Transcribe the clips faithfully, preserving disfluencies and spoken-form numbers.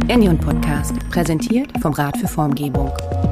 Endion Podcast, präsentiert vom Rat für Formgebung.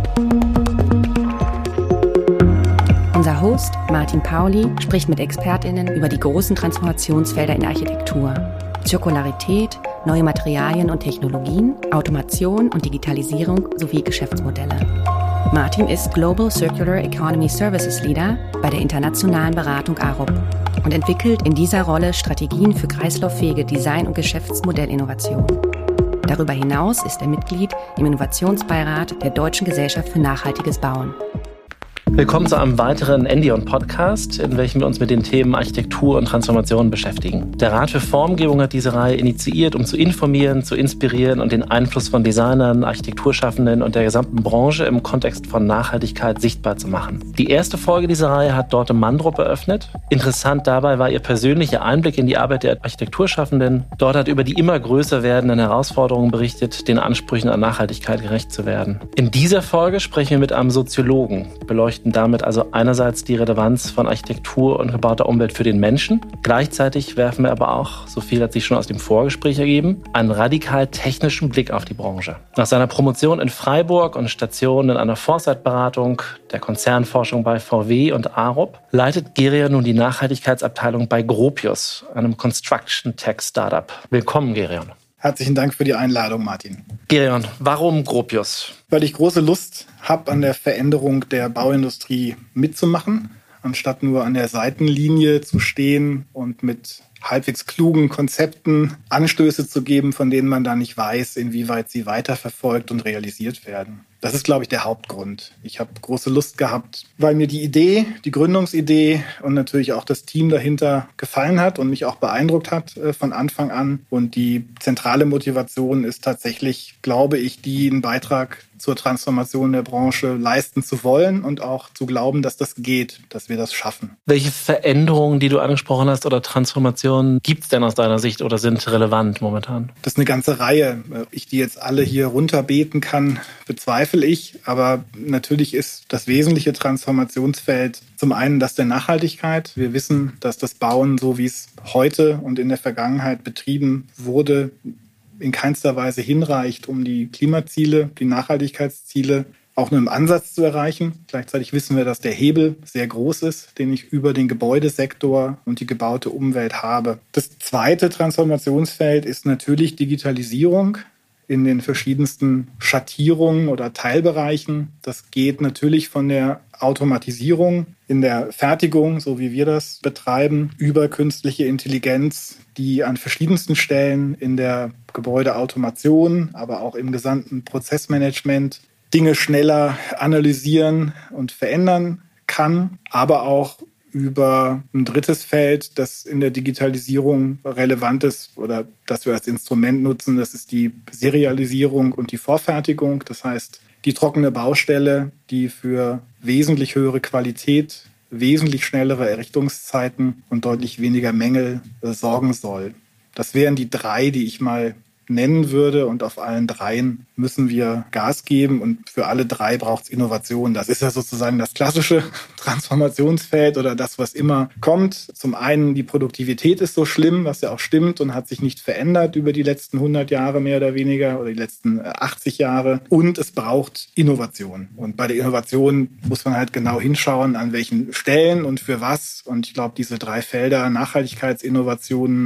Unser Host Martin Pauli spricht mit ExpertInnen über die großen Transformationsfelder in Architektur. Zirkularität, neue Materialien und Technologien, Automation und Digitalisierung sowie Geschäftsmodelle. Martin ist Global Circular Economy Services Leader bei der internationalen Beratung Arup und entwickelt in dieser Rolle Strategien für kreislauffähige Design- und Geschäftsmodellinnovation. Darüber hinaus ist er Mitglied im Innovationsbeirat der Deutschen Gesellschaft für nachhaltiges Bauen. Willkommen zu einem weiteren Endion-Podcast, in welchem wir uns mit den Themen Architektur und Transformation beschäftigen. Der Rat für Formgebung hat diese Reihe initiiert, um zu informieren, zu inspirieren und den Einfluss von Designern, Architekturschaffenden und der gesamten Branche im Kontext von Nachhaltigkeit sichtbar zu machen. Die erste Folge dieser Reihe hat Dorte Mandrup eröffnet. Interessant dabei war ihr persönlicher Einblick in die Arbeit der Architekturschaffenden. Dort hat über die immer größer werdenden Herausforderungen berichtet, den Ansprüchen an Nachhaltigkeit gerecht zu werden. In dieser Folge sprechen wir mit einem Soziologen, beleuchten damit also einerseits die Relevanz von Architektur und gebauter Umwelt für den Menschen. Gleichzeitig werfen wir aber auch, so viel hat sich schon aus dem Vorgespräch ergeben, einen radikal technischen Blick auf die Branche. Nach seiner Promotion in Freiburg und Stationen in einer Foresight-Beratung, der Konzernforschung bei V W und Arup, leitet Gereon nun die Nachhaltigkeitsabteilung bei Gropius, einem Construction-Tech-Startup. Willkommen, Gereon. Herzlichen Dank für die Einladung, Martin. Gereon, warum Gropius? Weil ich große Lust habe, an der Veränderung der Bauindustrie mitzumachen, anstatt nur an der Seitenlinie zu stehen und mit halbwegs klugen Konzepten Anstöße zu geben, von denen man dann nicht weiß, inwieweit sie weiterverfolgt und realisiert werden. Das ist, glaube ich, der Hauptgrund. Ich habe große Lust gehabt, weil mir die Idee, die Gründungsidee und natürlich auch das Team dahinter gefallen hat und mich auch beeindruckt hat äh, von Anfang an. Und die zentrale Motivation ist tatsächlich, glaube ich, die einen Beitrag zur Transformation der Branche leisten zu wollen und auch zu glauben, dass das geht, dass wir das schaffen. Welche Veränderungen, die du angesprochen hast, oder Transformationen gibt es denn aus deiner Sicht oder sind relevant momentan? Das ist eine ganze Reihe. Ich die jetzt alle hier runterbeten kann, bezweifle ich. Aber natürlich ist das wesentliche Transformationsfeld zum einen das der Nachhaltigkeit. Wir wissen, dass das Bauen, so wie es heute und in der Vergangenheit betrieben wurde, in keinster Weise hinreicht, um die Klimaziele, die Nachhaltigkeitsziele auch nur im Ansatz zu erreichen. Gleichzeitig wissen wir, dass der Hebel sehr groß ist, den ich über den Gebäudesektor und die gebaute Umwelt habe. Das zweite Transformationsfeld ist natürlich Digitalisierung in den verschiedensten Schattierungen oder Teilbereichen. Das geht natürlich von der Automatisierung in der Fertigung, so wie wir das betreiben, über künstliche Intelligenz, die an verschiedensten Stellen in der Gebäudeautomation, aber auch im gesamten Prozessmanagement Dinge schneller analysieren und verändern kann, aber auch über ein drittes Feld, das in der Digitalisierung relevant ist oder das wir als Instrument nutzen, das ist die Serialisierung und die Vorfertigung. Das heißt, die trockene Baustelle, die für wesentlich höhere Qualität, wesentlich schnellere Errichtungszeiten und deutlich weniger Mängel sorgen soll. Das wären die drei, die ich mal nennen würde, und auf allen dreien müssen wir Gas geben und für alle drei braucht es Innovation. Das ist ja sozusagen das klassische Transformationsfeld oder das, was immer kommt. Zum einen, die Produktivität ist so schlimm, was ja auch stimmt und hat sich nicht verändert über die letzten hundert Jahre mehr oder weniger oder die letzten achtzig Jahre, und es braucht Innovation. Und bei der Innovation muss man halt genau hinschauen, an welchen Stellen und für was. Und ich glaube, diese drei Felder, Nachhaltigkeitsinnovationen,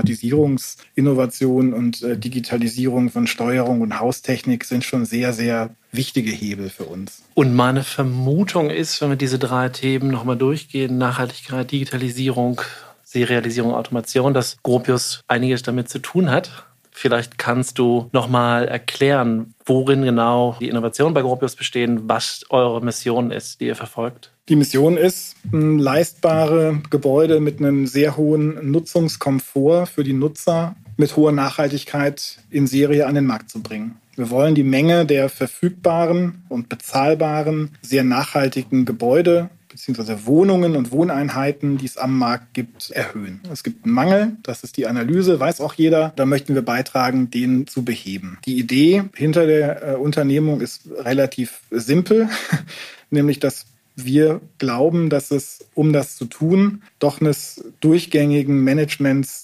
Automatisierungsinnovationen und äh, Digitalisierung von Steuerung und Haustechnik sind schon sehr, sehr wichtige Hebel für uns. Und meine Vermutung ist, wenn wir diese drei Themen nochmal durchgehen, Nachhaltigkeit, Digitalisierung, Serialisierung, Automation, dass Gropius einiges damit zu tun hat. Vielleicht kannst du nochmal erklären, worin genau die Innovationen bei Gropius bestehen, was eure Mission ist, die ihr verfolgt. Die Mission ist, leistbare Gebäude mit einem sehr hohen Nutzungskomfort für die Nutzer mit hoher Nachhaltigkeit in Serie an den Markt zu bringen. Wir wollen die Menge der verfügbaren und bezahlbaren, sehr nachhaltigen Gebäude bzw. Wohnungen und Wohneinheiten, die es am Markt gibt, erhöhen. Es gibt einen Mangel, das ist die Analyse, weiß auch jeder. Da möchten wir beitragen, den zu beheben. Die Idee hinter der äh, Unternehmung ist relativ simpel, nämlich dass wir glauben, dass es, um das zu tun, doch eines durchgängigen Managements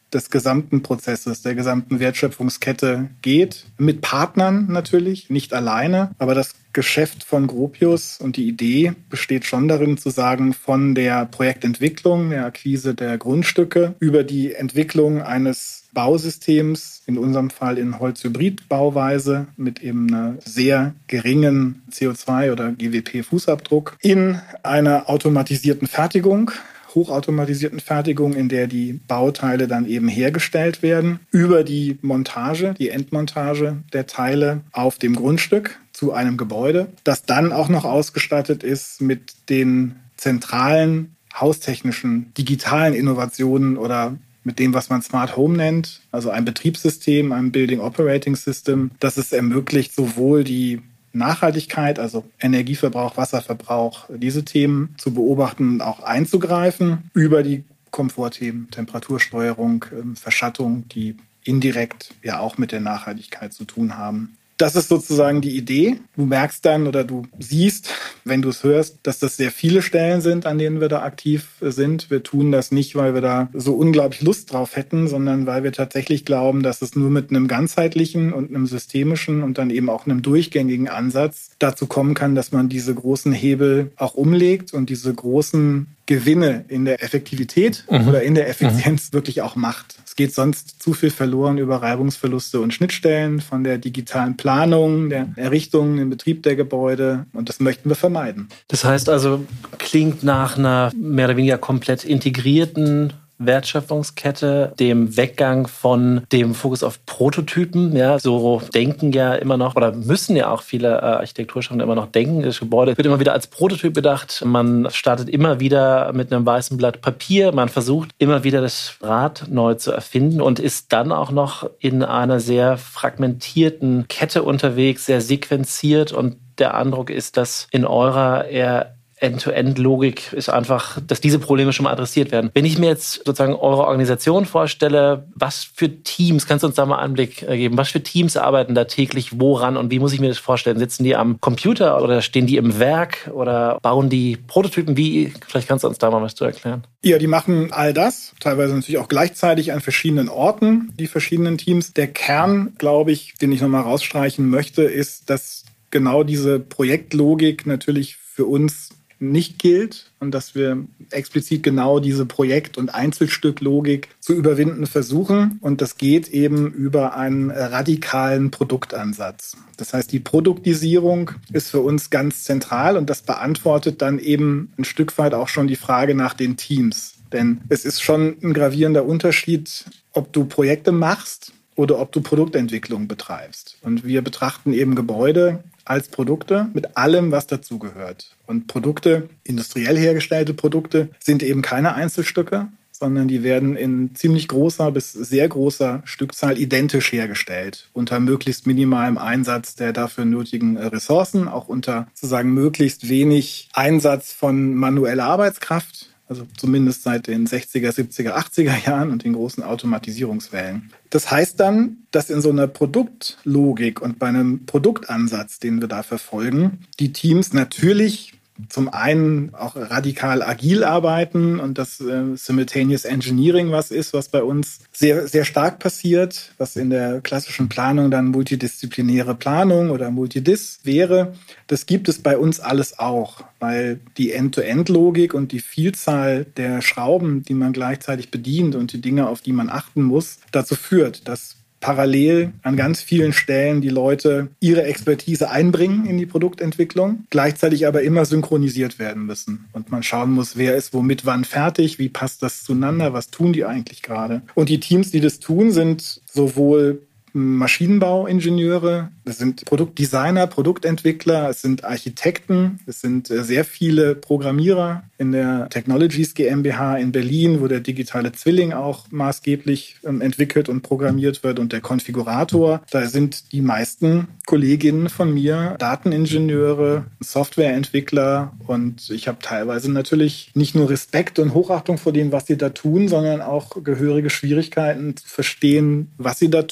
des gesamten Prozesses, der gesamten Wertschöpfungskette geht. Mit Partnern natürlich, nicht alleine. Aber das Geschäft von Gropius und die Idee besteht schon darin zu sagen, von der Projektentwicklung, der Akquise der Grundstücke über die Entwicklung eines Bausystems, in unserem Fall in Holzhybrid-Bauweise mit eben einer sehr geringen C O zwei- oder G W P-Fußabdruck, in einer automatisierten Fertigung, hochautomatisierten Fertigung, in der die Bauteile dann eben hergestellt werden, über die Montage, die Endmontage der Teile auf dem Grundstück zu einem Gebäude, das dann auch noch ausgestattet ist mit den zentralen haustechnischen, digitalen Innovationen oder mit dem, was man Smart Home nennt, also ein Betriebssystem, ein Building Operating System, das es ermöglicht, sowohl die Nachhaltigkeit, also Energieverbrauch, Wasserverbrauch, diese Themen zu beobachten und auch einzugreifen, über die Komfortthemen, Temperatursteuerung, Verschattung, die indirekt ja auch mit der Nachhaltigkeit zu tun haben. Das ist sozusagen die Idee. Du merkst dann oder du siehst, wenn du es hörst, dass das sehr viele Stellen sind, an denen wir da aktiv sind. Wir tun das nicht, weil wir da so unglaublich Lust drauf hätten, sondern weil wir tatsächlich glauben, dass es nur mit einem ganzheitlichen und einem systemischen und dann eben auch einem durchgängigen Ansatz dazu kommen kann, dass man diese großen Hebel auch umlegt und diese großen Gewinne in der Effektivität mhm. oder in der Effizienz mhm. wirklich auch macht. Es geht sonst zu viel verloren über Reibungsverluste und Schnittstellen von der digitalen Planung, der Errichtung, dem Betrieb der Gebäude, und das möchten wir vermeiden. Das heißt also, klingt nach einer mehr oder weniger komplett integrierten Wertschöpfungskette, dem Weggang von dem Fokus auf Prototypen. Ja, so denken ja immer noch oder müssen ja auch viele äh, Architekturschaffende immer noch denken. Das Gebäude wird immer wieder als Prototyp gedacht. Man startet immer wieder mit einem weißen Blatt Papier. Man versucht immer wieder das Rad neu zu erfinden und ist dann auch noch in einer sehr fragmentierten Kette unterwegs, sehr sequenziert. Und der Eindruck ist, dass in eurer eher End-to-End-Logik ist einfach, dass diese Probleme schon mal adressiert werden. Wenn ich mir jetzt sozusagen eure Organisation vorstelle, was für Teams, kannst du uns da mal einen Einblick geben, was für Teams arbeiten da täglich woran und wie muss ich mir das vorstellen? Sitzen die am Computer oder stehen die im Werk oder bauen die Prototypen? Wie? Vielleicht kannst du uns da mal was zu erklären. Ja, die machen all das, teilweise natürlich auch gleichzeitig an verschiedenen Orten, die verschiedenen Teams. Der Kern, glaube ich, den ich nochmal rausstreichen möchte, ist, dass genau diese Projektlogik natürlich für uns nicht gilt und dass wir explizit genau diese Projekt- und Einzelstücklogik zu überwinden versuchen. Und das geht eben über einen radikalen Produktansatz. Das heißt, die Produktisierung ist für uns ganz zentral und das beantwortet dann eben ein Stück weit auch schon die Frage nach den Teams. Denn es ist schon ein gravierender Unterschied, ob du Projekte machst oder ob du Produktentwicklung betreibst. Und wir betrachten eben Gebäude als Produkte mit allem, was dazugehört. Und Produkte, industriell hergestellte Produkte, sind eben keine Einzelstücke, sondern die werden in ziemlich großer bis sehr großer Stückzahl identisch hergestellt, unter möglichst minimalem Einsatz der dafür nötigen Ressourcen, auch unter sozusagen möglichst wenig Einsatz von manueller Arbeitskraft. Also zumindest seit den sechziger, siebziger, achtziger Jahren und den großen Automatisierungswellen. Das heißt dann, dass in so einer Produktlogik und bei einem Produktansatz, den wir da verfolgen, die Teams natürlich zum einen auch radikal agil arbeiten und das äh, Simultaneous Engineering was ist, was bei uns sehr, sehr stark passiert, was in der klassischen Planung dann multidisziplinäre Planung oder Multidis wäre. Das gibt es bei uns alles auch, weil die End-to-End-Logik und die Vielzahl der Schrauben, die man gleichzeitig bedient und die Dinge, auf die man achten muss, dazu führt, dass parallel an ganz vielen Stellen die Leute ihre Expertise einbringen in die Produktentwicklung, gleichzeitig aber immer synchronisiert werden müssen. Und man schauen muss, wer ist womit wann fertig, wie passt das zueinander, was tun die eigentlich gerade. Und die Teams, die das tun, sind sowohl Maschinenbauingenieure, es sind Produktdesigner, Produktentwickler, es sind Architekten, es sind sehr viele Programmierer in der Technologies GmbH in Berlin, wo der digitale Zwilling auch maßgeblich entwickelt und programmiert wird und der Konfigurator. Da sind die meisten Kolleginnen von mir Dateningenieure, Softwareentwickler und ich habe teilweise natürlich nicht nur Respekt und Hochachtung vor dem, was sie da tun, sondern auch gehörige Schwierigkeiten zu verstehen, was sie da tun, wie sie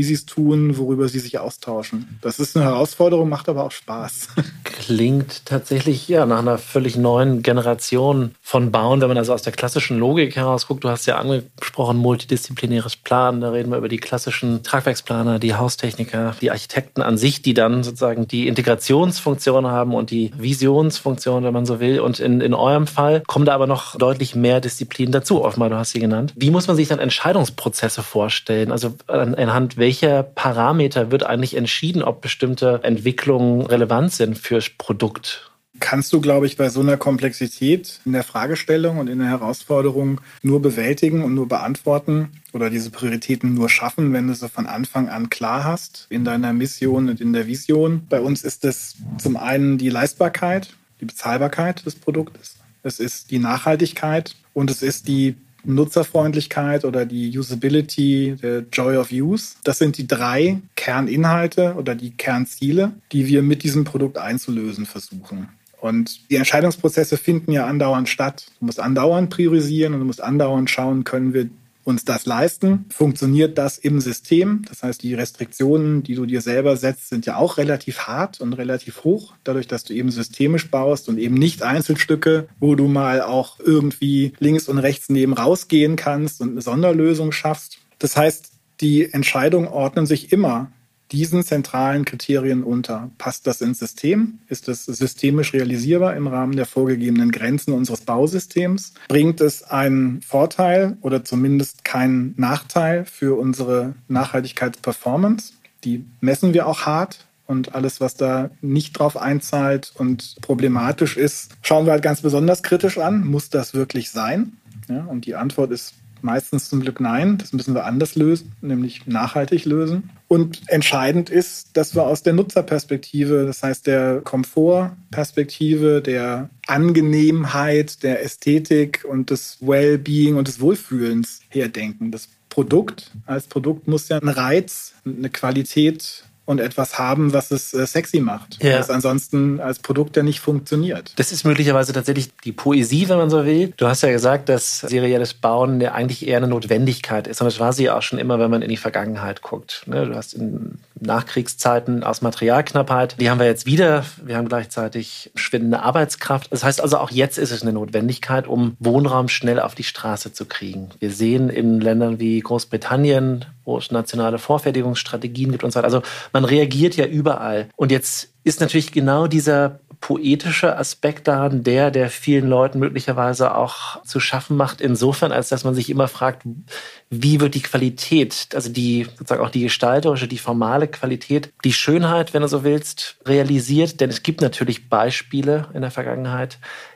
sie es tun, worüber sie sich austauschen. Das ist eine Herausforderung, macht aber auch Spaß. Klingt tatsächlich ja nach einer völlig neuen Generation von Bauen, wenn man also aus der klassischen Logik heraus guckt. Du hast ja angesprochen, multidisziplinäres Planen. Da reden wir über die klassischen Tragwerksplaner, die Haustechniker, die Architekten an sich, die dann sozusagen die Integrationsfunktion haben und die Visionsfunktion, wenn man so will. Und in, in eurem Fall kommen da aber noch deutlich mehr Disziplinen dazu. Offenbar, du hast sie genannt. Wie muss man sich dann Entscheidungsprozesse vorstellen? Also anhand welcher Parameter wird eigentlich entschieden, ob bestimmte Entwicklungen relevant sind fürs Produkt? Kannst du, glaube ich, bei so einer Komplexität in der Fragestellung und in der Herausforderung nur bewältigen und nur beantworten oder diese Prioritäten nur schaffen, wenn du sie von Anfang an klar hast in deiner Mission und in der Vision. Bei uns ist es zum einen die Leistbarkeit, die Bezahlbarkeit des Produktes. Es ist die Nachhaltigkeit und es ist die Nutzerfreundlichkeit oder die Usability, der Joy of Use. Das sind die drei Kerninhalte oder die Kernziele, die wir mit diesem Produkt einzulösen versuchen. Und die Entscheidungsprozesse finden ja andauernd statt. Du musst andauernd priorisieren und du musst andauernd schauen, können wir uns das leisten? Funktioniert das im System? Das heißt, die Restriktionen, die du dir selber setzt, sind ja auch relativ hart und relativ hoch, dadurch, dass du eben systemisch baust und eben nicht Einzelstücke, wo du mal auch irgendwie links und rechts neben rausgehen kannst und eine Sonderlösung schaffst. Das heißt, die Entscheidungen ordnen sich immer diesen zentralen Kriterien unter. Passt das ins System? Ist es systemisch realisierbar im Rahmen der vorgegebenen Grenzen unseres Bausystems? Bringt es einen Vorteil oder zumindest keinen Nachteil für unsere Nachhaltigkeitsperformance? Die messen wir auch hart. Und alles, was da nicht drauf einzahlt und problematisch ist, schauen wir halt ganz besonders kritisch an. Muss das wirklich sein? Ja, und die Antwort ist meistens zum Glück nein. Das müssen wir anders lösen, nämlich nachhaltig lösen. Und entscheidend ist, dass wir aus der Nutzerperspektive, das heißt der Komfortperspektive, der Angenehmheit, der Ästhetik und des Wellbeing und des Wohlfühlens herdenken. Das Produkt als Produkt muss ja einen Reiz, eine Qualität und etwas haben, was es äh, sexy macht. Ja. Was ansonsten als Produkt ja nicht funktioniert. Das ist möglicherweise tatsächlich die Poesie, wenn man so will. Du hast ja gesagt, dass serielles Bauen ja eigentlich eher eine Notwendigkeit ist. Und das war sie ja auch schon immer, wenn man in die Vergangenheit guckt. Du hast in Nachkriegszeiten aus Materialknappheit, die haben wir jetzt wieder. Wir haben gleichzeitig schwindende Arbeitskraft. Das heißt also, auch jetzt ist es eine Notwendigkeit, um Wohnraum schnell auf die Straße zu kriegen. Wir sehen in Ländern wie Großbritannien, wo es nationale Vorfertigungsstrategien gibt und so weiter. Also man reagiert ja überall. Und jetzt ist natürlich genau dieser poetische Aspekt daran der, der vielen Leuten möglicherweise auch zu schaffen macht, insofern, als dass man sich immer fragt, wie wird die Qualität, also die sozusagen auch die gestalterische, die formale Qualität, die Schönheit, wenn du so willst, realisiert. Denn es gibt natürlich Beispiele in der Vergangenheit,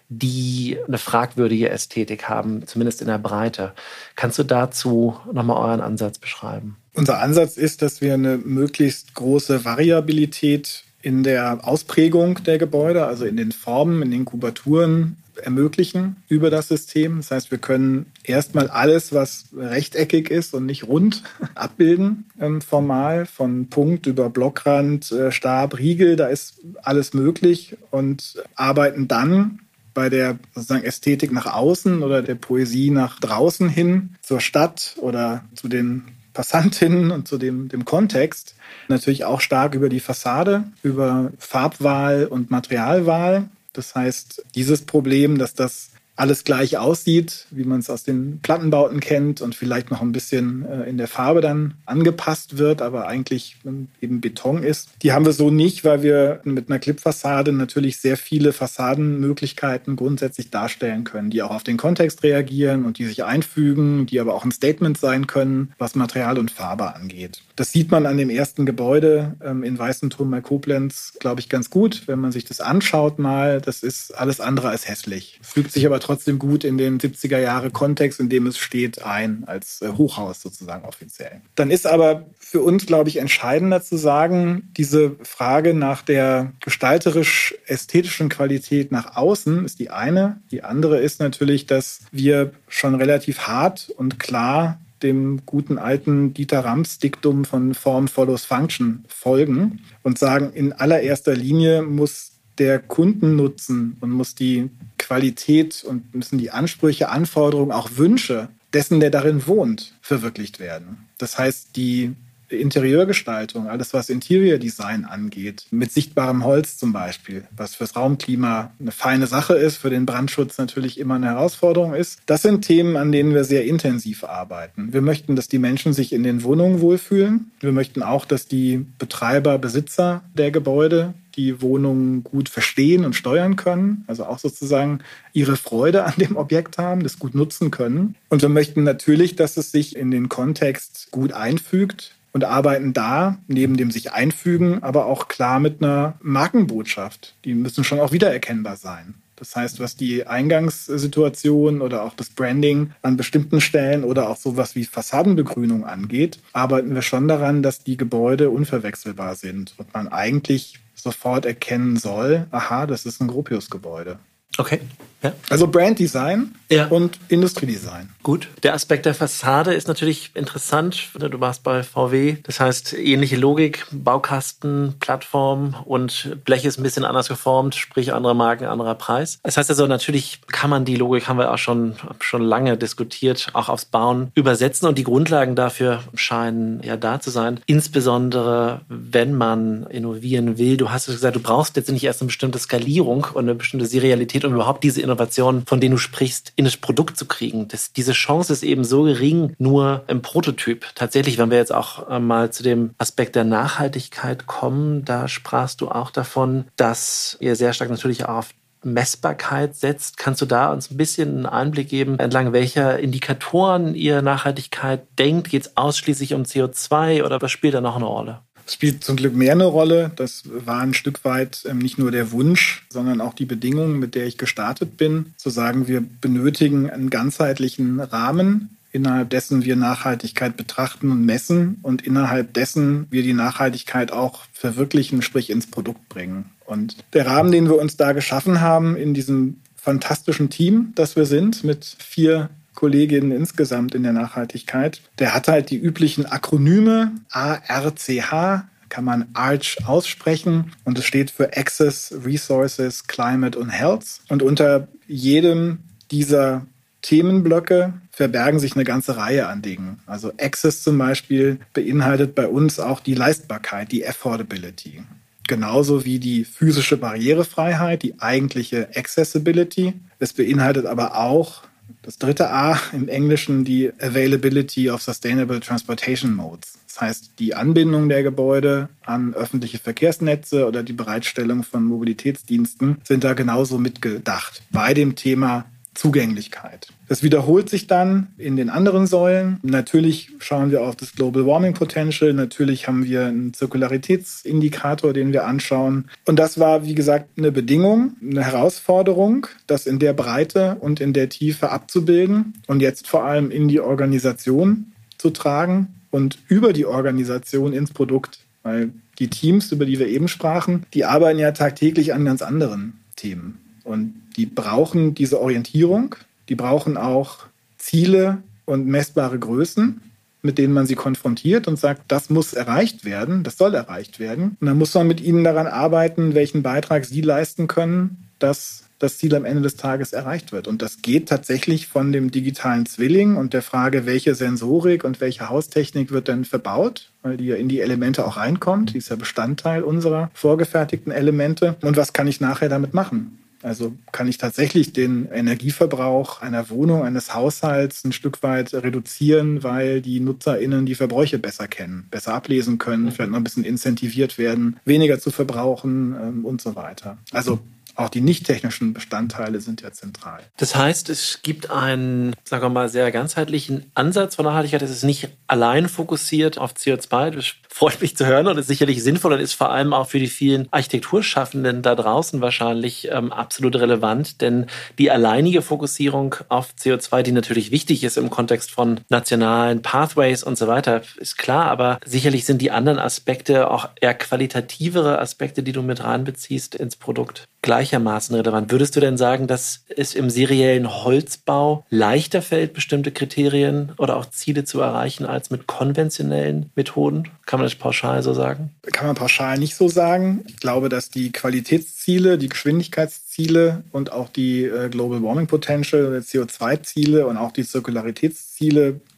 die eine fragwürdige Ästhetik haben, zumindest in der Breite. Kannst du dazu nochmal euren Ansatz beschreiben? Unser Ansatz ist, dass wir eine möglichst große Variabilität in der Ausprägung der Gebäude, also in den Formen, in den Kubaturen ermöglichen über das System. Das heißt, wir können erstmal alles, was rechteckig ist und nicht rund, abbilden, ähm, formal, von Punkt über Blockrand, äh, Stab, Riegel, da ist alles möglich und arbeiten dann bei der sozusagen Ästhetik nach außen oder der Poesie nach draußen hin, zur Stadt oder zu den Passantinnen und zu dem, dem Kontext. Natürlich auch stark über die Fassade, über Farbwahl und Materialwahl. Das heißt, dieses Problem, dass das alles gleich aussieht, wie man es aus den Plattenbauten kennt und vielleicht noch ein bisschen äh, in der Farbe dann angepasst wird, aber eigentlich ähm, eben Beton ist. Die haben wir so nicht, weil wir mit einer Clip-Fassade natürlich sehr viele Fassadenmöglichkeiten grundsätzlich darstellen können, die auch auf den Kontext reagieren und die sich einfügen, die aber auch ein Statement sein können, was Material und Farbe angeht. Das sieht man an dem ersten Gebäude ähm, in Weißenturm bei Koblenz, glaube ich, ganz gut. Wenn man sich das anschaut mal, das ist alles andere als hässlich. Fügt sich aber trotzdem gut in den siebziger Jahre Kontext, in dem es steht, ein, als äh, Hochhaus sozusagen offiziell. Dann ist aber für uns, glaube ich, entscheidender zu sagen, diese Frage nach der gestalterisch-ästhetischen Qualität nach außen ist die eine. Die andere ist natürlich, dass wir schon relativ hart und klar dem guten alten Dieter Rams Diktum von Form follows Function folgen und sagen, in allererster Linie muss der Kundennutzen und muss die Qualität und müssen die Ansprüche, Anforderungen, auch Wünsche dessen, der darin wohnt, verwirklicht werden. Das heißt, die Interieurgestaltung, alles was Interior Design angeht, mit sichtbarem Holz zum Beispiel, was fürs Raumklima eine feine Sache ist, für den Brandschutz natürlich immer eine Herausforderung ist. Das sind Themen, an denen wir sehr intensiv arbeiten. Wir möchten, dass die Menschen sich in den Wohnungen wohlfühlen. Wir möchten auch, dass die Betreiber, Besitzer der Gebäude die Wohnungen gut verstehen und steuern können, also auch sozusagen ihre Freude an dem Objekt haben, das gut nutzen können. Und wir möchten natürlich, dass es sich in den Kontext gut einfügt und arbeiten da, neben dem sich einfügen, aber auch klar mit einer Markenbotschaft. Die müssen schon auch wiedererkennbar sein. Das heißt, was die Eingangssituation oder auch das Branding an bestimmten Stellen oder auch sowas wie Fassadenbegrünung angeht, arbeiten wir schon daran, dass die Gebäude unverwechselbar sind und man eigentlich sofort erkennen soll, aha, das ist ein Gropius-Gebäude. Okay. Ja. Also Branddesign ja. und Industriedesign. Gut. Der Aspekt der Fassade ist natürlich interessant. Du warst bei V W. Das heißt, ähnliche Logik, Baukasten, Plattform und Blech ist ein bisschen anders geformt, sprich andere Marken, anderer Preis. Das heißt also, natürlich kann man die Logik, haben wir auch schon, schon lange diskutiert, auch aufs Bauen übersetzen und die Grundlagen dafür scheinen ja da zu sein. Insbesondere, wenn man innovieren will. Du hast gesagt, du brauchst jetzt nicht erst eine bestimmte Skalierung und eine bestimmte Serialität, um überhaupt diese Innovationen, von denen du sprichst, in das Produkt zu kriegen. Das, diese Chance ist eben so gering, nur im Prototyp. Tatsächlich, wenn wir jetzt auch mal zu dem Aspekt der Nachhaltigkeit kommen, da sprachst du auch davon, dass ihr sehr stark natürlich auch auf Messbarkeit setzt. Kannst du da uns ein bisschen einen Einblick geben, entlang welcher Indikatoren ihr Nachhaltigkeit denkt? Geht es ausschließlich um C O zwei oder was spielt da noch eine Rolle? Es spielt zum Glück mehr eine Rolle. Das war ein Stück weit ähm, nicht nur der Wunsch, sondern auch die Bedingung, mit der ich gestartet bin, zu sagen, wir benötigen einen ganzheitlichen Rahmen, innerhalb dessen wir Nachhaltigkeit betrachten und messen und innerhalb dessen wir die Nachhaltigkeit auch verwirklichen, sprich ins Produkt bringen. Und der Rahmen, den wir uns da geschaffen haben in diesem fantastischen Team, das wir sind, mit vier Kolleginnen insgesamt in der Nachhaltigkeit, der hat halt die üblichen Akronyme A R C H, kann man Arch aussprechen und es steht für Access, Resources, Climate und Health. Und unter jedem dieser Themenblöcke verbergen sich eine ganze Reihe an Dingen. Also Access zum Beispiel beinhaltet bei uns auch die Leistbarkeit, die Affordability. Genauso wie die physische Barrierefreiheit, die eigentliche Accessibility. Es beinhaltet aber auch das dritte A im Englischen, die Availability of Sustainable Transportation Modes. Das heißt, die Anbindung der Gebäude an öffentliche Verkehrsnetze oder die Bereitstellung von Mobilitätsdiensten sind da genauso mitgedacht bei dem Thema Zugänglichkeit. Das wiederholt sich dann in den anderen Säulen. Natürlich schauen wir auf das Global Warming Potential. Natürlich haben wir einen Zirkularitätsindikator, den wir anschauen. Und das war, wie gesagt, eine Bedingung, eine Herausforderung, das in der Breite und in der Tiefe abzubilden und jetzt vor allem in die Organisation zu tragen und über die Organisation ins Produkt. Weil die Teams, über die wir eben sprachen, die arbeiten ja tagtäglich an ganz anderen Themen. Und die brauchen diese Orientierung, die brauchen auch Ziele und messbare Größen, mit denen man sie konfrontiert und sagt, das muss erreicht werden, das soll erreicht werden. Und dann muss man mit ihnen daran arbeiten, welchen Beitrag sie leisten können, dass das Ziel am Ende des Tages erreicht wird. Und das geht tatsächlich von dem digitalen Zwilling und der Frage, welche Sensorik und welche Haustechnik wird denn verbaut, weil die ja in die Elemente auch reinkommt, die ist ja Bestandteil unserer vorgefertigten Elemente. Und was kann ich nachher damit machen? Also kann ich tatsächlich den Energieverbrauch einer Wohnung, eines Haushalts ein Stück weit reduzieren, weil die NutzerInnen die Verbräuche besser kennen, besser ablesen können, vielleicht noch ein bisschen incentiviert werden, weniger zu verbrauchen ähm, und so weiter. Also auch die nicht technischen Bestandteile sind ja zentral. Das heißt, es gibt einen, sagen wir mal, sehr ganzheitlichen Ansatz von Nachhaltigkeit. Es ist nicht allein fokussiert auf C O zwei. Das freut mich zu hören und ist sicherlich sinnvoll und ist vor allem auch für die vielen Architekturschaffenden da draußen wahrscheinlich ähm, absolut relevant. Denn die alleinige Fokussierung auf C O zwei, die natürlich wichtig ist im Kontext von nationalen Pathways und so weiter, ist klar. Aber sicherlich sind die anderen Aspekte auch eher qualitativere Aspekte, die du mit reinbeziehst ins Produkt, gleichermaßen relevant. Würdest du denn sagen, dass es im seriellen Holzbau leichter fällt, bestimmte Kriterien oder auch Ziele zu erreichen, als mit konventionellen Methoden? Kann man das pauschal so sagen? Kann man pauschal nicht so sagen. Ich glaube, dass die Qualitätsziele, die Geschwindigkeitsziele und auch die äh, Global Warming Potential oder C O zwei Ziele und auch die Zirkularitätsziele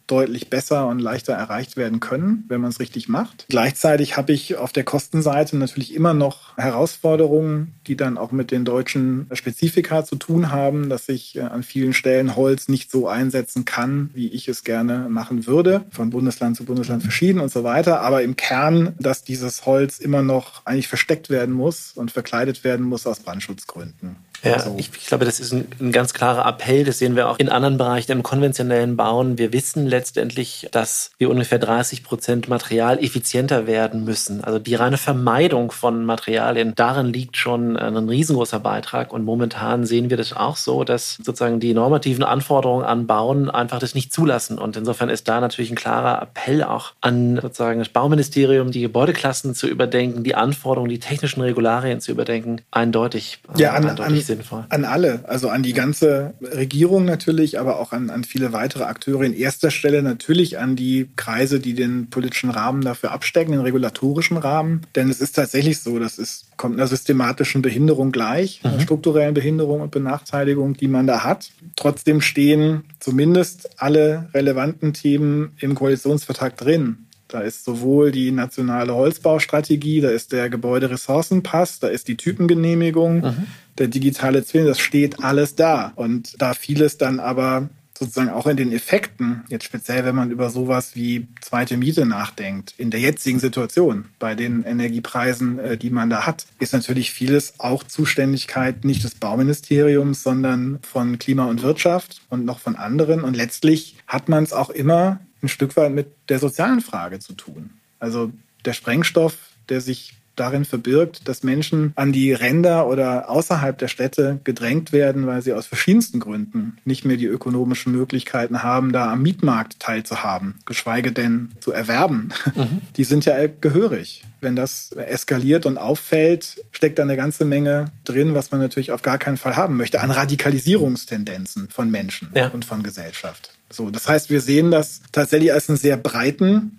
deutlich besser und leichter erreicht werden können, wenn man es richtig macht. Gleichzeitig habe ich auf der Kostenseite natürlich immer noch Herausforderungen, die dann auch mit den deutschen Spezifika zu tun haben, dass ich an vielen Stellen Holz nicht so einsetzen kann, wie ich es gerne machen würde. Von Bundesland zu Bundesland verschieden und so weiter. Aber im Kern, dass dieses Holz immer noch eigentlich versteckt werden muss und verkleidet werden muss aus Brandschutzgründen. Ja, also, ich, ich glaube, das ist ein, ein ganz klarer Appell. Das sehen wir auch in anderen Bereichen im konventionellen Bauen. Wir wissen letztendlich, dass wir ungefähr dreißig Prozent Material effizienter werden müssen. Also die reine Vermeidung von Materialien, darin liegt schon ein riesengroßer Beitrag. Und momentan sehen wir das auch so, dass sozusagen die normativen Anforderungen an Bauen einfach das nicht zulassen. Und insofern ist da natürlich ein klarer Appell auch an sozusagen das Bauministerium, die Gebäudeklassen zu überdenken, die Anforderungen, die technischen Regularien zu überdenken, eindeutig, ja, an, eindeutig an, sinnvoll. An alle, also an die ganze Regierung natürlich, aber auch an, an viele weitere Akteure. In erster Stelle natürlich an die Kreise, die den politischen Rahmen dafür abstecken, den regulatorischen Rahmen. Denn es ist tatsächlich so, das ist, kommt einer systematischen Behinderung gleich, mhm. einer strukturellen Behinderung und Benachteiligung, die man da hat. Trotzdem stehen zumindest alle relevanten Themen im Koalitionsvertrag drin. Da ist sowohl die nationale Holzbaustrategie, da ist der Gebäuderessourcenpass, da ist die Typengenehmigung, mhm. der digitale Zwilling, das steht alles da. Und da vieles dann aber sozusagen auch in den Effekten, jetzt speziell wenn man über sowas wie zweite Miete nachdenkt, in der jetzigen Situation bei den Energiepreisen, die man da hat, ist natürlich vieles auch Zuständigkeit nicht des Bauministeriums, sondern von Klima und Wirtschaft und noch von anderen. Und letztlich hat man es auch immer ein Stück weit mit der sozialen Frage zu tun. Also der Sprengstoff, der sich darin verbirgt, dass Menschen an die Ränder oder außerhalb der Städte gedrängt werden, weil sie aus verschiedensten Gründen nicht mehr die ökonomischen Möglichkeiten haben, da am Mietmarkt teilzuhaben, geschweige denn zu erwerben. Mhm. Die sind ja gehörig. Wenn das eskaliert und auffällt, steckt da eine ganze Menge drin, was man natürlich auf gar keinen Fall haben möchte, an Radikalisierungstendenzen von Menschen ja. und von Gesellschaft. So, das heißt, wir sehen das tatsächlich als einen sehr breiten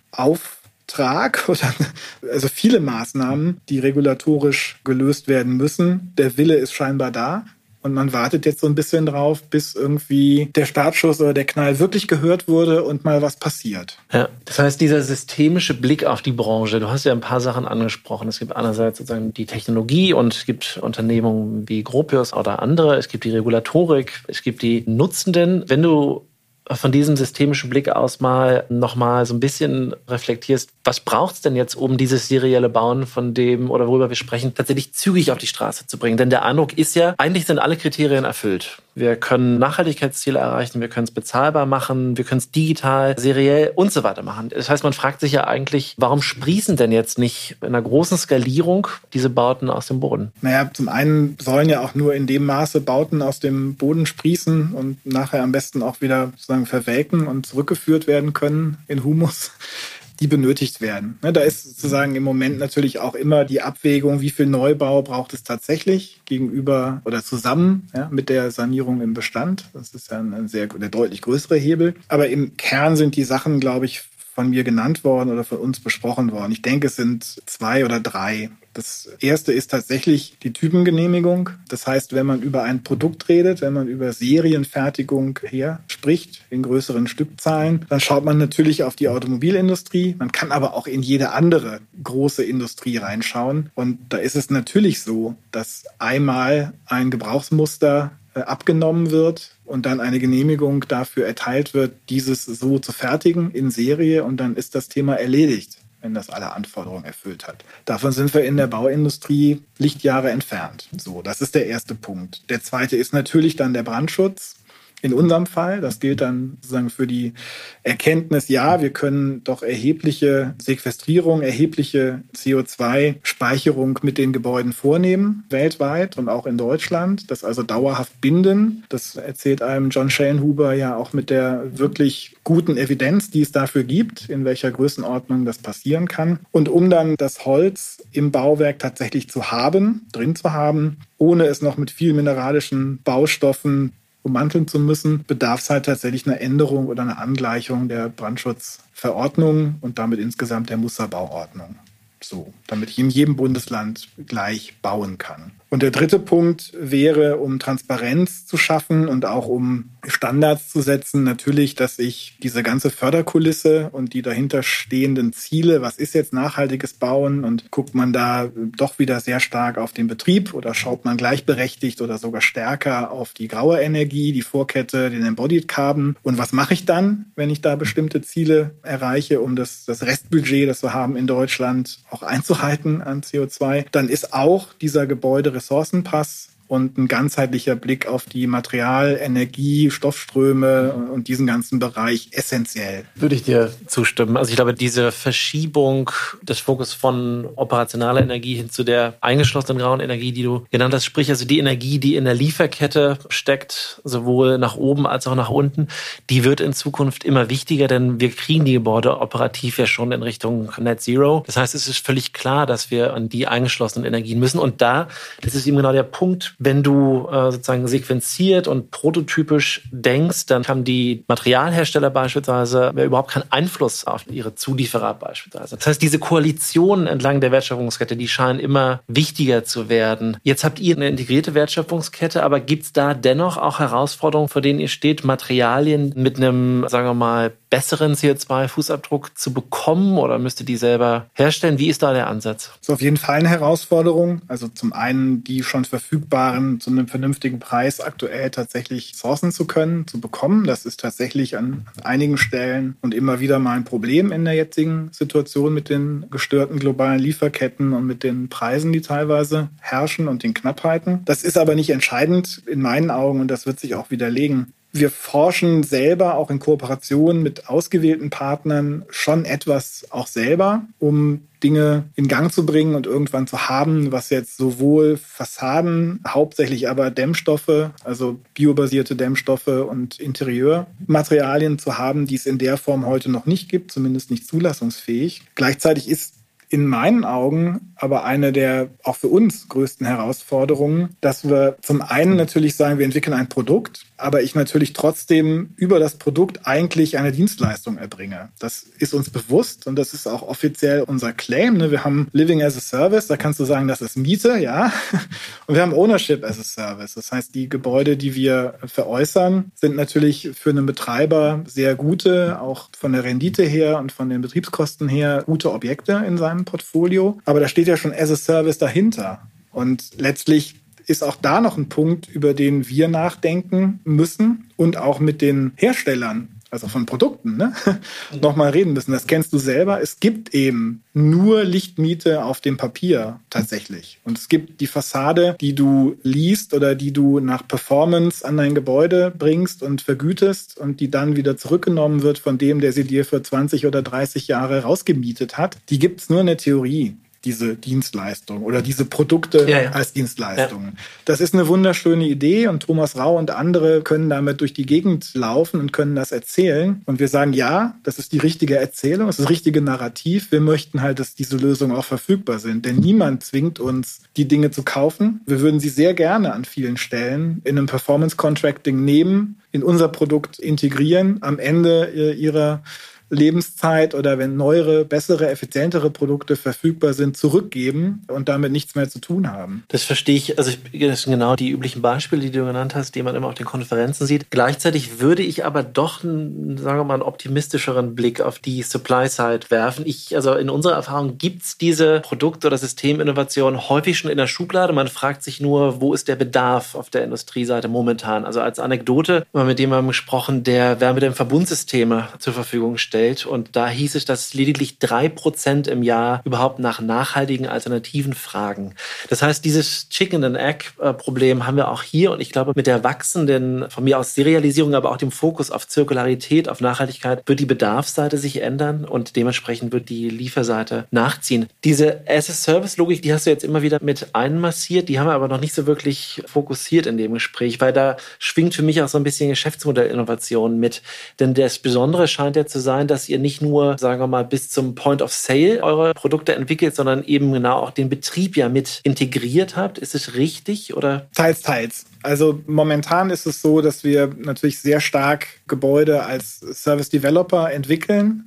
Auftrag oder also viele Maßnahmen, die regulatorisch gelöst werden müssen. Der Wille ist scheinbar da. Und man wartet jetzt so ein bisschen drauf, bis irgendwie der Startschuss oder der Knall wirklich gehört wurde und mal was passiert. Ja, das heißt, dieser systemische Blick auf die Branche, du hast ja ein paar Sachen angesprochen. Es gibt einerseits sozusagen die Technologie und es gibt Unternehmungen wie Gropius oder andere. Es gibt die Regulatorik, es gibt die Nutzenden. Wenn du von diesem systemischen Blick aus mal nochmal so ein bisschen reflektierst, was braucht es denn jetzt, um dieses serielle Bauen, von dem oder worüber wir sprechen, tatsächlich zügig auf die Straße zu bringen? Denn der Eindruck ist ja, eigentlich sind alle Kriterien erfüllt. Wir können Nachhaltigkeitsziele erreichen, wir können es bezahlbar machen, wir können es digital, seriell und so weiter machen. Das heißt, man fragt sich ja eigentlich, warum sprießen denn jetzt nicht in einer großen Skalierung diese Bauten aus dem Boden? Naja, zum einen sollen ja auch nur in dem Maße Bauten aus dem Boden sprießen und nachher am besten auch wieder sozusagen verwelken und zurückgeführt werden können in Humus, die benötigt werden. Da ist sozusagen im Moment natürlich auch immer die Abwägung, wie viel Neubau braucht es tatsächlich gegenüber oder zusammen ja, mit der Sanierung im Bestand. Das ist ja ein sehr der deutlich größere Hebel. Aber im Kern sind die Sachen, glaube ich, von mir genannt worden oder von uns besprochen worden. Ich denke, es sind zwei oder drei. Das erste ist tatsächlich die Typengenehmigung. Das heißt, wenn man über ein Produkt redet, wenn man über Serienfertigung her spricht, in größeren Stückzahlen, dann schaut man natürlich auf die Automobilindustrie. Man kann aber auch in jede andere große Industrie reinschauen. Und da ist es natürlich so, dass einmal ein Gebrauchsmuster abgenommen wird und dann eine Genehmigung dafür erteilt wird, dieses so zu fertigen in Serie und dann ist das Thema erledigt, wenn das alle Anforderungen erfüllt hat. Davon sind wir in der Bauindustrie Lichtjahre entfernt. So, das ist der erste Punkt. Der zweite ist natürlich dann der Brandschutz. In unserem Fall, das gilt dann sozusagen für die Erkenntnis, ja, wir können doch erhebliche Sequestrierung, erhebliche C O zwei Speicherung mit den Gebäuden vornehmen, weltweit und auch in Deutschland, das also dauerhaft binden. Das erzählt einem John Schellenhuber ja auch mit der wirklich guten Evidenz, die es dafür gibt, in welcher Größenordnung das passieren kann. Und um dann das Holz im Bauwerk tatsächlich zu haben, drin zu haben, ohne es noch mit vielen mineralischen Baustoffen ummanteln zu müssen, bedarf es halt tatsächlich einer Änderung oder einer Angleichung der Brandschutzverordnung und damit insgesamt der Musterbauordnung. So, damit ich in jedem Bundesland gleich bauen kann. Und der dritte Punkt wäre, um Transparenz zu schaffen und auch um Standards zu setzen, natürlich, dass ich diese ganze Förderkulisse und die dahinter stehenden Ziele, was ist jetzt nachhaltiges Bauen und guckt man da doch wieder sehr stark auf den Betrieb oder schaut man gleichberechtigt oder sogar stärker auf die graue Energie, die Vorkette, den Embodied Carbon. Und was mache ich dann, wenn ich da bestimmte Ziele erreiche, um das, das Restbudget, das wir haben in Deutschland, auch einzuhalten an C O zwei? Dann ist auch dieser Gebäude-Ressourcenpass und ein ganzheitlicher Blick auf die Material-, Energie-, Stoffströme und diesen ganzen Bereich essentiell. Würde ich dir zustimmen. Also ich glaube, diese Verschiebung des Fokus von operationaler Energie hin zu der eingeschlossenen grauen Energie, die du genannt hast, sprich also die Energie, die in der Lieferkette steckt, sowohl nach oben als auch nach unten, die wird in Zukunft immer wichtiger, denn wir kriegen die Gebäude operativ ja schon in Richtung Net Zero. Das heißt, es ist völlig klar, dass wir an die eingeschlossenen Energien müssen. Und da, das ist eben genau der Punkt, wenn du äh, sozusagen sequenziert und prototypisch denkst, dann haben die Materialhersteller beispielsweise überhaupt keinen Einfluss auf ihre Zulieferer beispielsweise. Das heißt, diese Koalitionen entlang der Wertschöpfungskette, die scheinen immer wichtiger zu werden. Jetzt habt ihr eine integrierte Wertschöpfungskette, aber gibt es da dennoch auch Herausforderungen, vor denen ihr steht, Materialien mit einem, sagen wir mal, besseren C O zwei Fußabdruck zu bekommen oder müsst ihr die selber herstellen? Wie ist da der Ansatz? Das ist auf jeden Fall eine Herausforderung. Also zum einen die schon verfügbaren zu einem vernünftigen Preis aktuell tatsächlich sourcen zu können, zu bekommen. Das ist tatsächlich an einigen Stellen und immer wieder mal ein Problem in der jetzigen Situation mit den gestörten globalen Lieferketten und mit den Preisen, die teilweise herrschen und den Knappheiten. Das ist aber nicht entscheidend in meinen Augen und das wird sich auch widerlegen. Wir forschen selber auch in Kooperation mit ausgewählten Partnern schon etwas auch selber, um Dinge in Gang zu bringen und irgendwann zu haben, was jetzt sowohl Fassaden, hauptsächlich aber Dämmstoffe, also biobasierte Dämmstoffe und Interieurmaterialien zu haben, die es in der Form heute noch nicht gibt, zumindest nicht zulassungsfähig. Gleichzeitig ist in meinen Augen aber eine der auch für uns größten Herausforderungen, dass wir zum einen natürlich sagen, wir entwickeln ein Produkt, aber ich natürlich trotzdem über das Produkt eigentlich eine Dienstleistung erbringe. Das ist uns bewusst und das ist auch offiziell unser Claim. Wir haben Living as a Service, da kannst du sagen, das ist Miete, ja. Und wir haben Ownership as a Service. Das heißt, die Gebäude, die wir veräußern, sind natürlich für einen Betreiber sehr gute, auch von der Rendite her und von den Betriebskosten her, gute Objekte in seinem Portfolio. Aber da steht ja schon as a Service dahinter. Und letztlich ist auch da noch ein Punkt, über den wir nachdenken müssen und auch mit den Herstellern, also von Produkten, ne, nochmal reden müssen. Das kennst du selber. Es gibt eben nur Lichtmiete auf dem Papier tatsächlich. Und es gibt die Fassade, die du liest oder die du nach Performance an dein Gebäude bringst und vergütest und die dann wieder zurückgenommen wird von dem, der sie dir für zwanzig oder dreißig Jahre rausgemietet hat. Die gibt es nur in der Theorie, diese Dienstleistung oder diese Produkte ja, ja. als Dienstleistungen. Ja. Das ist eine wunderschöne Idee und Thomas Rau und andere können damit durch die Gegend laufen und können das erzählen. Und wir sagen, ja, das ist die richtige Erzählung, das ist das richtige Narrativ. Wir möchten halt, dass diese Lösungen auch verfügbar sind, denn niemand zwingt uns, die Dinge zu kaufen. Wir würden sie sehr gerne an vielen Stellen in einem Performance-Contracting nehmen, in unser Produkt integrieren, am Ende ihrer Lebenszeit oder wenn neuere, bessere, effizientere Produkte verfügbar sind, zurückgeben und damit nichts mehr zu tun haben. Das verstehe ich. Also ich, das sind genau die üblichen Beispiele, die du genannt hast, die man immer auf den Konferenzen sieht. Gleichzeitig würde ich aber doch, einen, sagen wir mal, einen optimistischeren Blick auf die Supply-Side werfen. Ich, also in unserer Erfahrung gibt es diese Produkt- oder Systeminnovation häufig schon in der Schublade. Man fragt sich nur, wo ist der Bedarf auf der Industrieseite momentan? Also als Anekdote, mal mit jemandem gesprochen, der Wärmedämmverbundsysteme zur Verfügung stellt. Und da hieß es, dass lediglich drei Prozent im Jahr überhaupt nach nachhaltigen Alternativen fragen. Das heißt, dieses Chicken-and-Egg-Problem haben wir auch hier. Und ich glaube, mit der wachsenden, von mir aus Serialisierung, aber auch dem Fokus auf Zirkularität, auf Nachhaltigkeit, wird die Bedarfsseite sich ändern und dementsprechend wird die Lieferseite nachziehen. Diese As-a-Service-Logik, die hast du jetzt immer wieder mit einmassiert, die haben wir aber noch nicht so wirklich fokussiert in dem Gespräch, weil da schwingt für mich auch so ein bisschen Geschäftsmodellinnovation mit. Denn das Besondere scheint ja zu sein, dass ihr nicht nur, sagen wir mal, bis zum Point of Sale eure Produkte entwickelt, sondern eben genau auch den Betrieb ja mit integriert habt. Ist es richtig oder? Teils, teils. Also momentan ist es so, dass wir natürlich sehr stark Gebäude als Service Developer entwickeln, auch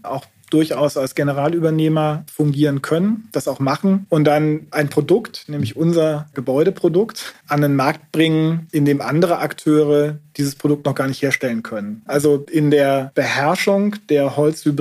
durchaus als Generalübernehmer fungieren können, das auch machen und dann ein Produkt, nämlich unser Gebäudeprodukt, an den Markt bringen, in dem andere Akteure dieses Produkt noch gar nicht herstellen können. Also in der Beherrschung der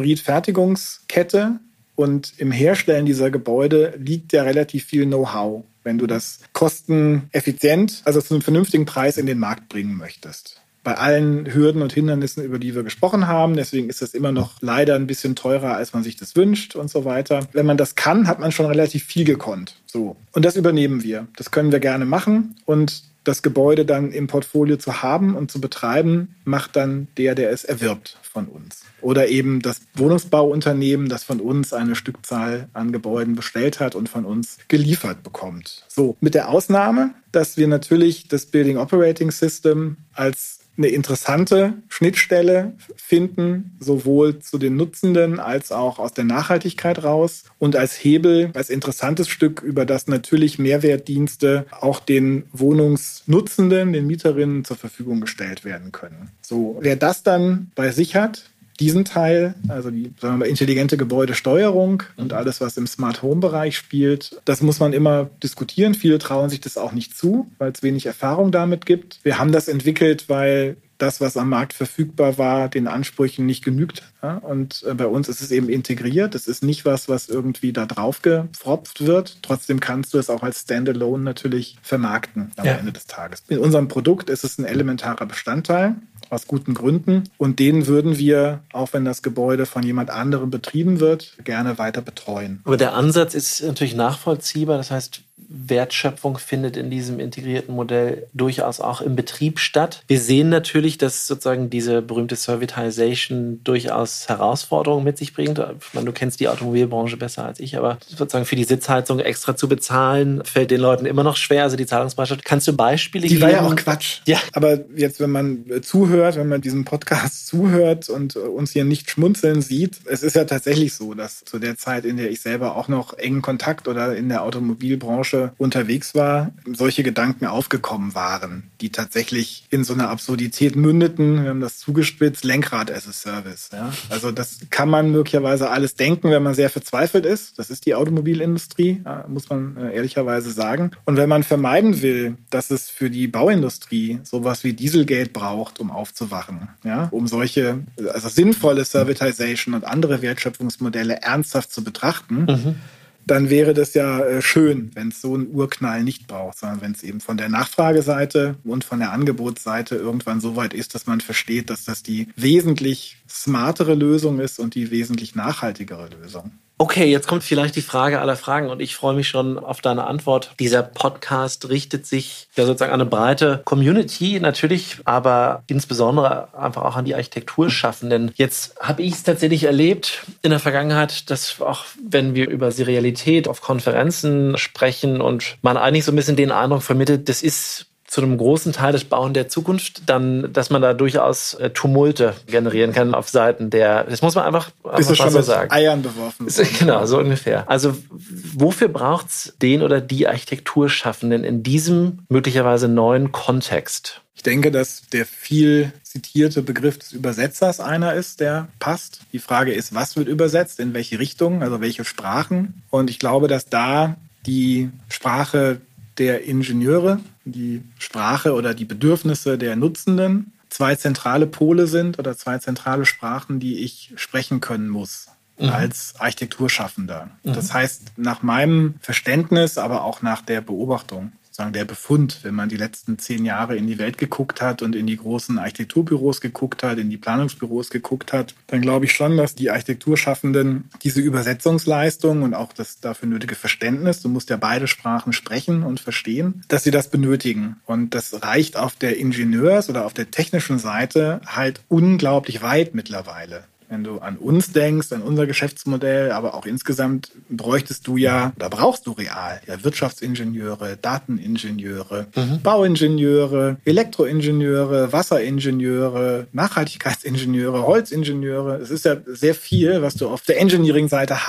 Holzhybrid-Fertigungskette und im Herstellen dieser Gebäude liegt ja relativ viel Know-how, wenn du das kosteneffizient, also zu einem vernünftigen Preis in den Markt bringen möchtest. Bei allen Hürden und Hindernissen, über die wir gesprochen haben. Deswegen ist das immer noch leider ein bisschen teurer, als man sich das wünscht und so weiter. Wenn man das kann, hat man schon relativ viel gekonnt. So. Und das übernehmen wir. Das können wir gerne machen. Und das Gebäude dann im Portfolio zu haben und zu betreiben, macht dann der, der es erwirbt von uns. Oder eben das Wohnungsbauunternehmen, das von uns eine Stückzahl an Gebäuden bestellt hat und von uns geliefert bekommt. So, mit der Ausnahme, dass wir natürlich das Building Operating System als eine interessante Schnittstelle finden, sowohl zu den Nutzenden als auch aus der Nachhaltigkeit raus und als Hebel, als interessantes Stück, über das natürlich Mehrwertdienste auch den Wohnungsnutzenden, den Mieterinnen zur Verfügung gestellt werden können. So, wer das dann bei sich hat, diesen Teil, also die sagen wir mal, intelligente Gebäudesteuerung und alles, was im Smart-Home-Bereich spielt, das muss man immer diskutieren. Viele trauen sich das auch nicht zu, weil es wenig Erfahrung damit gibt. Wir haben das entwickelt, weil das, was am Markt verfügbar war, den Ansprüchen nicht genügt. Ja? Und bei uns ist es eben integriert. Es ist nicht was, was irgendwie da drauf gefropft wird. Trotzdem kannst du es auch als Standalone natürlich vermarkten am ja. Ende des Tages. In unserem Produkt ist es ein elementarer Bestandteil. Aus guten Gründen. Und den würden wir, auch wenn das Gebäude von jemand anderem betrieben wird, gerne weiter betreuen. Aber der Ansatz ist natürlich nachvollziehbar. Das heißt, Wertschöpfung findet in diesem integrierten Modell durchaus auch im Betrieb statt. Wir sehen natürlich, dass sozusagen diese berühmte Servitization durchaus Herausforderungen mit sich bringt. Ich meine, du kennst die Automobilbranche besser als ich, aber sozusagen für die Sitzheizung extra zu bezahlen, fällt den Leuten immer noch schwer. Also die Zahlungsbereitschaft. Kannst du Beispiele die geben? Die war ja auch Quatsch. Ja. Aber jetzt, wenn man zuhört, wenn man diesem Podcast zuhört und uns hier nicht schmunzeln sieht, es ist ja tatsächlich so, dass zu der Zeit, in der ich selber auch noch engen Kontakt oder in der Automobilbranche unterwegs war, solche Gedanken aufgekommen waren, die tatsächlich in so einer Absurdität mündeten. Wir haben das zugespitzt, Lenkrad as a Service. Ja? Also das kann man möglicherweise alles denken, wenn man sehr verzweifelt ist. Das ist die Automobilindustrie, ja, muss man äh, ehrlicherweise sagen. Und wenn man vermeiden will, dass es für die Bauindustrie sowas wie Dieselgate braucht, um aufzuwachen, ja? um solche, also sinnvolle Servitization und andere Wertschöpfungsmodelle ernsthaft zu betrachten, mhm. dann wäre das ja schön, wenn es so einen Urknall nicht braucht, sondern wenn es eben von der Nachfrageseite und von der Angebotsseite irgendwann so weit ist, dass man versteht, dass das die wesentlich smartere Lösung ist und die wesentlich nachhaltigere Lösung. Okay, jetzt kommt vielleicht die Frage aller Fragen und ich freue mich schon auf deine Antwort. Dieser Podcast richtet sich ja sozusagen an eine breite Community natürlich, aber insbesondere einfach auch an die Architekturschaffenden. Jetzt habe ich es tatsächlich erlebt in der Vergangenheit, dass auch wenn wir über Serialität auf Konferenzen sprechen und man eigentlich so ein bisschen den Eindruck vermittelt, das ist zu einem großen Teil des Bauen der Zukunft, dann, dass man da durchaus äh, Tumulte generieren kann auf Seiten der, das muss man einfach, einfach schon so sagen. Eiern beworfen. Genau, so ungefähr. Also wofür braucht's den oder die Architekturschaffenden in diesem möglicherweise neuen Kontext? Ich denke, dass der viel zitierte Begriff des Übersetzers einer ist, der passt. Die Frage ist, was wird übersetzt, in welche Richtung, also welche Sprachen. Und ich glaube, dass da die Sprache der Ingenieure, die Sprache oder die Bedürfnisse der Nutzenden zwei zentrale Pole sind oder zwei zentrale Sprachen, die ich sprechen können muss mhm. als Architekturschaffender. Mhm. Das heißt, nach meinem Verständnis, aber auch nach der Beobachtung, sozusagen der Befund, wenn man die letzten zehn Jahre in die Welt geguckt hat und in die großen Architekturbüros geguckt hat, in die Planungsbüros geguckt hat, dann glaube ich schon, dass die Architekturschaffenden diese Übersetzungsleistung und auch das dafür nötige Verständnis, du musst ja beide Sprachen sprechen und verstehen, dass sie das benötigen. Und das reicht auf der Ingenieurs- oder auf der technischen Seite halt unglaublich weit mittlerweile. Wenn du an uns denkst, an unser Geschäftsmodell, aber auch insgesamt bräuchtest du ja, oder brauchst du real, ja Wirtschaftsingenieure, Dateningenieure, mhm. Bauingenieure, Elektroingenieure, Wasseringenieure, Nachhaltigkeitsingenieure, Holzingenieure. Es ist ja sehr viel, was du auf der Engineering-Seite hast.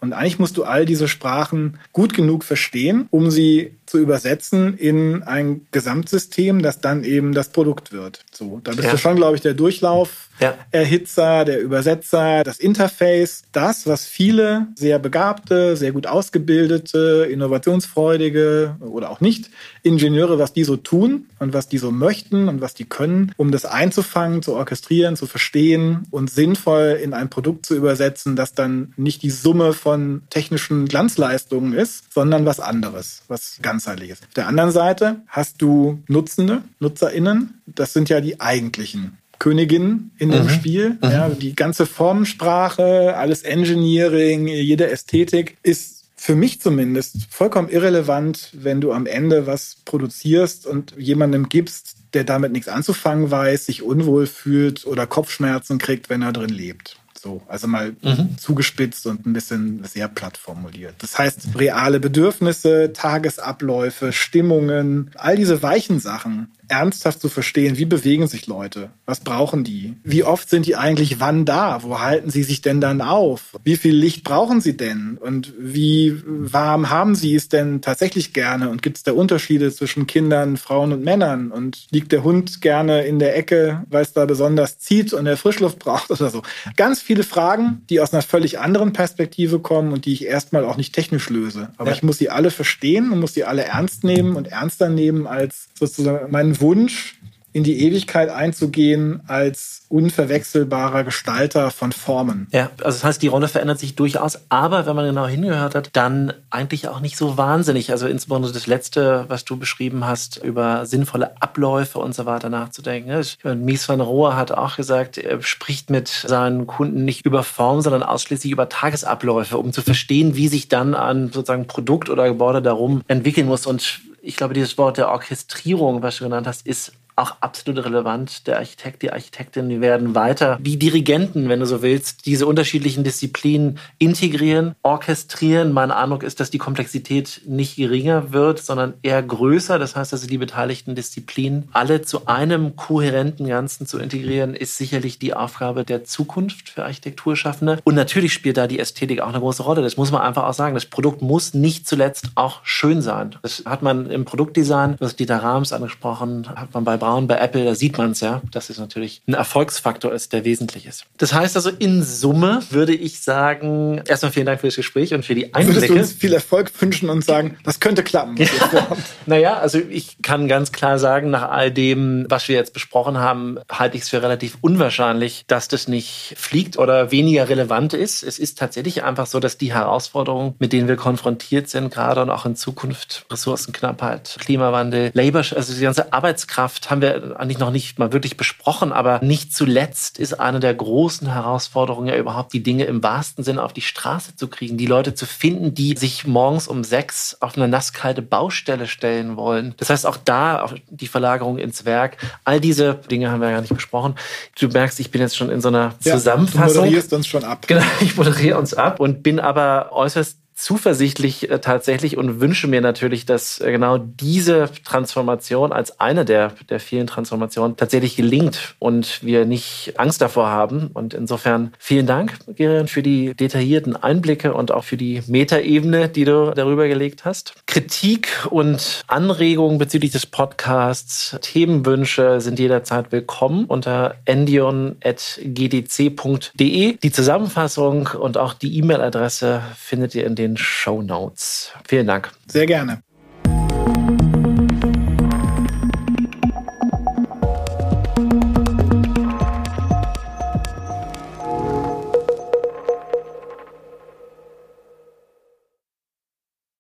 Und eigentlich musst du all diese Sprachen gut genug verstehen, um sie zu übersetzen in ein Gesamtsystem, das dann eben das Produkt wird. So, da bist ja. du schon, glaube ich, der Durchlauferhitzer, ja. der Übersetzer, das Interface, das, was viele sehr begabte, sehr gut ausgebildete, innovationsfreudige oder auch nicht Ingenieure, was die so tun und was die so möchten und was die können, um das einzufangen, zu orchestrieren, zu verstehen und sinnvoll in ein Produkt zu übersetzen, das dann nicht die Summe von technischen Glanzleistungen ist, sondern was anderes, was ganzheitliches. Auf der anderen Seite hast du Nutzende, NutzerInnen, das sind ja die eigentlichen Königinnen in dem mhm. Spiel. Mhm. Ja, die ganze Formensprache, alles Engineering, jede Ästhetik ist für mich zumindest vollkommen irrelevant, wenn du am Ende was produzierst und jemandem gibst, der damit nichts anzufangen weiß, sich unwohl fühlt oder Kopfschmerzen kriegt, wenn er drin lebt. So, also mal mhm. zugespitzt und ein bisschen sehr platt formuliert. Das heißt, reale Bedürfnisse, Tagesabläufe, Stimmungen, all diese weichen Sachen ernsthaft zu verstehen, wie bewegen sich Leute, was brauchen die, wie oft sind die eigentlich wann da, wo halten sie sich denn dann auf, wie viel Licht brauchen sie denn und wie warm haben sie es denn tatsächlich gerne und gibt es da Unterschiede zwischen Kindern, Frauen und Männern und liegt der Hund gerne in der Ecke, weil es da besonders zieht und er Frischluft braucht oder so. Ganz viele Fragen, die aus einer völlig anderen Perspektive kommen und die ich erstmal auch nicht technisch löse. Aber ja. ich muss sie alle verstehen und muss sie alle ernst nehmen und ernster nehmen als sozusagen meinen Wunsch, in die Ewigkeit einzugehen als unverwechselbarer Gestalter von Formen. Ja, also das heißt, die Rolle verändert sich durchaus, aber wenn man genau hingehört hat, dann eigentlich auch nicht so wahnsinnig. Also insbesondere das Letzte, was du beschrieben hast, über sinnvolle Abläufe und so weiter nachzudenken. Mies van Rohe hat auch gesagt, er spricht mit seinen Kunden nicht über Form, sondern ausschließlich über Tagesabläufe, um zu verstehen, wie sich dann ein sozusagen Produkt oder Gebäude darum entwickeln muss. Und ich glaube, dieses Wort der Orchestrierung, was du genannt hast, ist auch absolut relevant. Der Architekt, die Architektin, die werden weiter wie Dirigenten, wenn du so willst, diese unterschiedlichen Disziplinen integrieren, orchestrieren. Mein Eindruck ist, dass die Komplexität nicht geringer wird, sondern eher größer. Das heißt, dass die beteiligten Disziplinen alle zu einem kohärenten Ganzen zu integrieren, ist sicherlich die Aufgabe der Zukunft für Architekturschaffende. Und natürlich spielt da die Ästhetik auch eine große Rolle. Das muss man einfach auch sagen. Das Produkt muss nicht zuletzt auch schön sein. Das hat man im Produktdesign, du hast Dieter Rams angesprochen, hat man bei Braun, bei Apple, da sieht man es ja, dass es natürlich ein Erfolgsfaktor ist, der wesentlich ist. Das heißt also, in Summe würde ich sagen, erstmal vielen Dank für das Gespräch und für die Einblicke. Würdest du uns viel Erfolg wünschen und sagen, das könnte klappen? Ja. Naja, also ich kann ganz klar sagen, nach all dem, was wir jetzt besprochen haben, halte ich es für relativ unwahrscheinlich, dass das nicht fliegt oder weniger relevant ist. Es ist tatsächlich einfach so, dass die Herausforderungen, mit denen wir konfrontiert sind, gerade und auch in Zukunft, Ressourcenknappheit, Klimawandel, Labor, also die ganze Arbeitskraft, haben wir eigentlich noch nicht mal wirklich besprochen, aber nicht zuletzt ist eine der großen Herausforderungen ja überhaupt, die Dinge im wahrsten Sinne auf die Straße zu kriegen, die Leute zu finden, die sich morgens um sechs auf eine nasskalte Baustelle stellen wollen. Das heißt, auch da auch die Verlagerung ins Werk, all diese Dinge haben wir ja gar nicht besprochen. Du merkst, ich bin jetzt schon in so einer ja, Zusammenfassung. Du moderierst uns schon ab. Genau, ich moderiere uns ab und bin aber äußerst zuversichtlich äh, tatsächlich und wünsche mir natürlich, dass äh, genau diese Transformation als eine der, der vielen Transformationen tatsächlich gelingt und wir nicht Angst davor haben. Und insofern vielen Dank, Gereon, für die detaillierten Einblicke und auch für die Metaebene, die du darüber gelegt hast. Kritik und Anregungen bezüglich des Podcasts, Themenwünsche sind jederzeit willkommen unter endion at g d c punkt d e. Die Zusammenfassung und auch die E-Mail-Adresse findet ihr in den Shownotes. Vielen Dank. Sehr gerne.